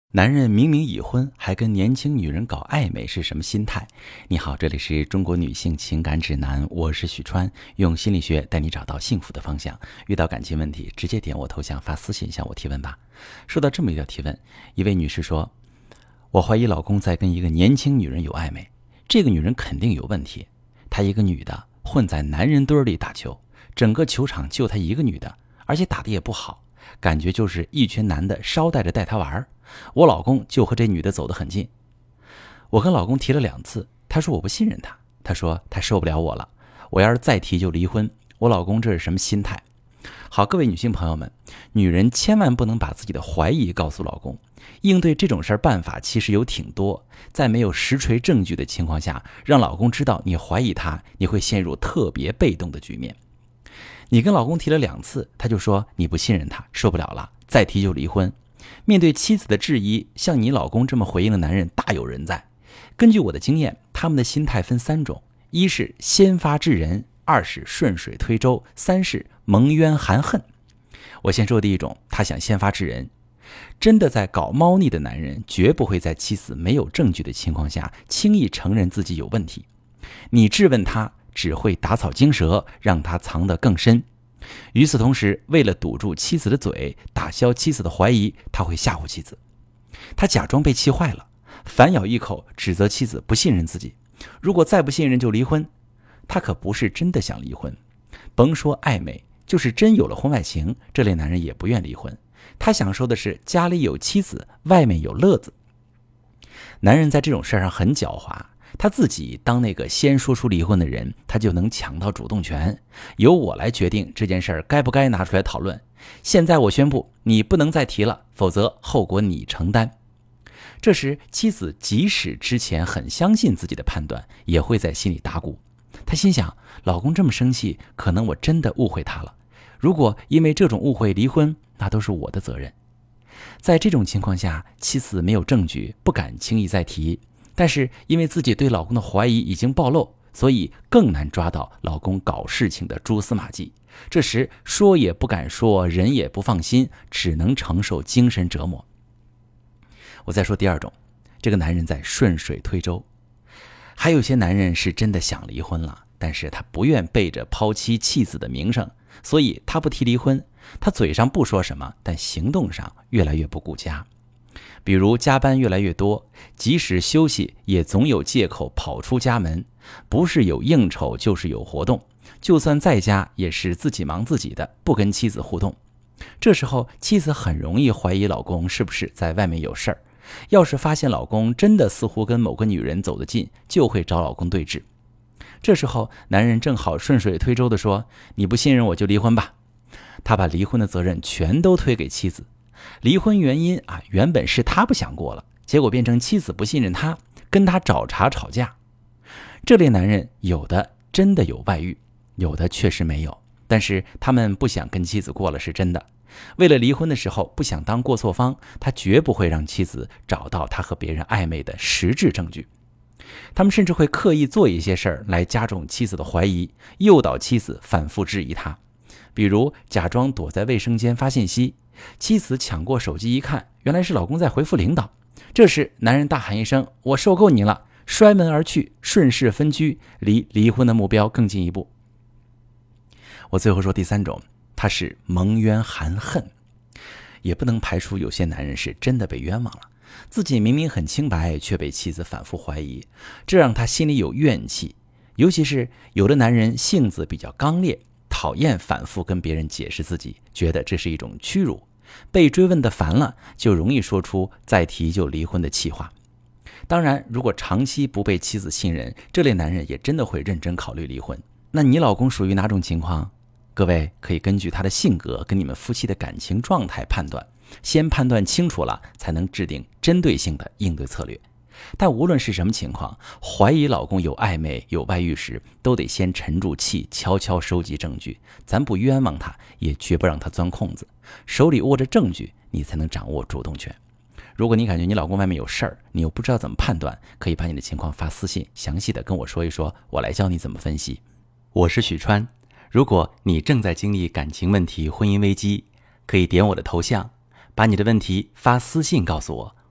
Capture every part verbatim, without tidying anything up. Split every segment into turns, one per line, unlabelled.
男人明明已婚，还跟年轻女人搞暧昧，是什么心态？你好，这里是中国女性情感指南，我是许川，用心理学带你找到幸福的方向。遇到感情问题，直接点我头像发私信向我提问吧。收到这么一条提问，一位女士说，我怀疑老公在跟一个年轻女人有暧昧，这个女人肯定有问题。她一个女的混在男人堆里打球，整个球场就她一个女的，而且打得也不好，感觉就是一群男的捎带着带她玩。我老公就和这女的走得很近，我跟老公提了两次，他说我不信任他，他说他受不了我了，我要是再提就离婚。我老公这是什么心态？好，各位女性朋友们，女人千万不能把自己的怀疑告诉老公，应对这种事儿办法其实有挺多，在没有实锤证据的情况下，让老公知道你怀疑他，你会陷入特别被动的局面。你跟老公提了两次，他就说你不信任他，受不了了，再提就离婚。面对妻子的质疑，像你老公这么回应的男人大有人在。根据我的经验，他们的心态分三种：一是先发制人，二是顺水推舟，三是蒙冤含恨。我先说第一种，他想先发制人。真的在搞猫腻的男人，绝不会在妻子没有证据的情况下轻易承认自己有问题。你质问他，只会打草惊蛇，让他藏得更深。与此同时，为了堵住妻子的嘴，打消妻子的怀疑，他会吓唬妻子。他假装被气坏了，反咬一口，指责妻子不信任自己。如果再不信任就离婚。他可不是真的想离婚，甭说暧昧，就是真有了婚外情，这类男人也不愿离婚。他想说的是，家里有妻子，外面有乐子。男人在这种事上很狡猾，他自己当那个先说出离婚的人，他就能抢到主动权，由我来决定这件事儿该不该拿出来讨论。现在我宣布，你不能再提了，否则后果你承担。这时妻子即使之前很相信自己的判断，也会在心里打鼓。她心想，老公这么生气，可能我真的误会他了。如果因为这种误会离婚，那都是我的责任。在这种情况下，妻子没有证据，不敢轻易再提。但是因为自己对老公的怀疑已经暴露，所以更难抓到老公搞事情的蛛丝马迹。这时说也不敢说，人也不放心，只能承受精神折磨。我再说第二种，这个男人在顺水推舟。还有些男人是真的想离婚了，但是他不愿背着抛妻弃子的名声，所以他不提离婚。他嘴上不说什么，但行动上越来越不顾家。比如加班越来越多，即使休息也总有借口跑出家门，不是有应酬就是有活动，就算在家也是自己忙自己的，不跟妻子互动。这时候妻子很容易怀疑老公是不是在外面有事儿，要是发现老公真的似乎跟某个女人走得近，就会找老公对峙。这时候男人正好顺水推舟地说，你不信任我就离婚吧。他把离婚的责任全都推给妻子。离婚原因啊，原本是他不想过了，结果变成妻子不信任他，跟他找茬吵架。这类男人有的真的有外遇，有的确实没有，但是他们不想跟妻子过了是真的。为了离婚的时候不想当过错方，他绝不会让妻子找到他和别人暧昧的实质证据。他们甚至会刻意做一些事儿来加重妻子的怀疑，诱导妻子反复质疑他。比如假装躲在卫生间发信息，妻子抢过手机一看，原来是老公在回复领导。这时男人大喊一声，我受够你了，摔门而去，顺势分居，离离婚的目标更进一步。我最后说第三种，他是蒙冤含恨。也不能排除有些男人是真的被冤枉了，自己明明很清白，却被妻子反复怀疑，这让他心里有怨气。尤其是有的男人性子比较刚烈，讨厌反复跟别人解释自己，觉得这是一种屈辱，被追问的烦了，就容易说出再提就离婚的气话。当然，如果长期不被妻子信任，这类男人也真的会认真考虑离婚。那你老公属于哪种情况？各位可以根据他的性格跟你们夫妻的感情状态判断，先判断清楚了，才能制定针对性的应对策略。但无论是什么情况，怀疑老公有暧昧有外遇时，都得先沉住气，悄悄收集证据。咱不冤枉他，也绝不让他钻空子，手里握着证据，你才能掌握主动权。如果你感觉你老公外面有事儿，你又不知道怎么判断，可以把你的情况发私信，详细的跟我说一说，我来教你怎么分析。我是许川，如果你正在经历感情问题、婚姻危机，可以点我的头像，把你的问题发私信告诉我，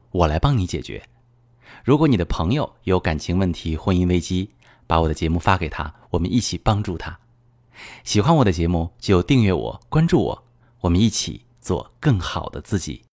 我来帮你解决。如果你的朋友有感情问题、婚姻危机，把我的节目发给他，我们一起帮助他。喜欢我的节目就订阅我、关注我，我们一起做更好的自己。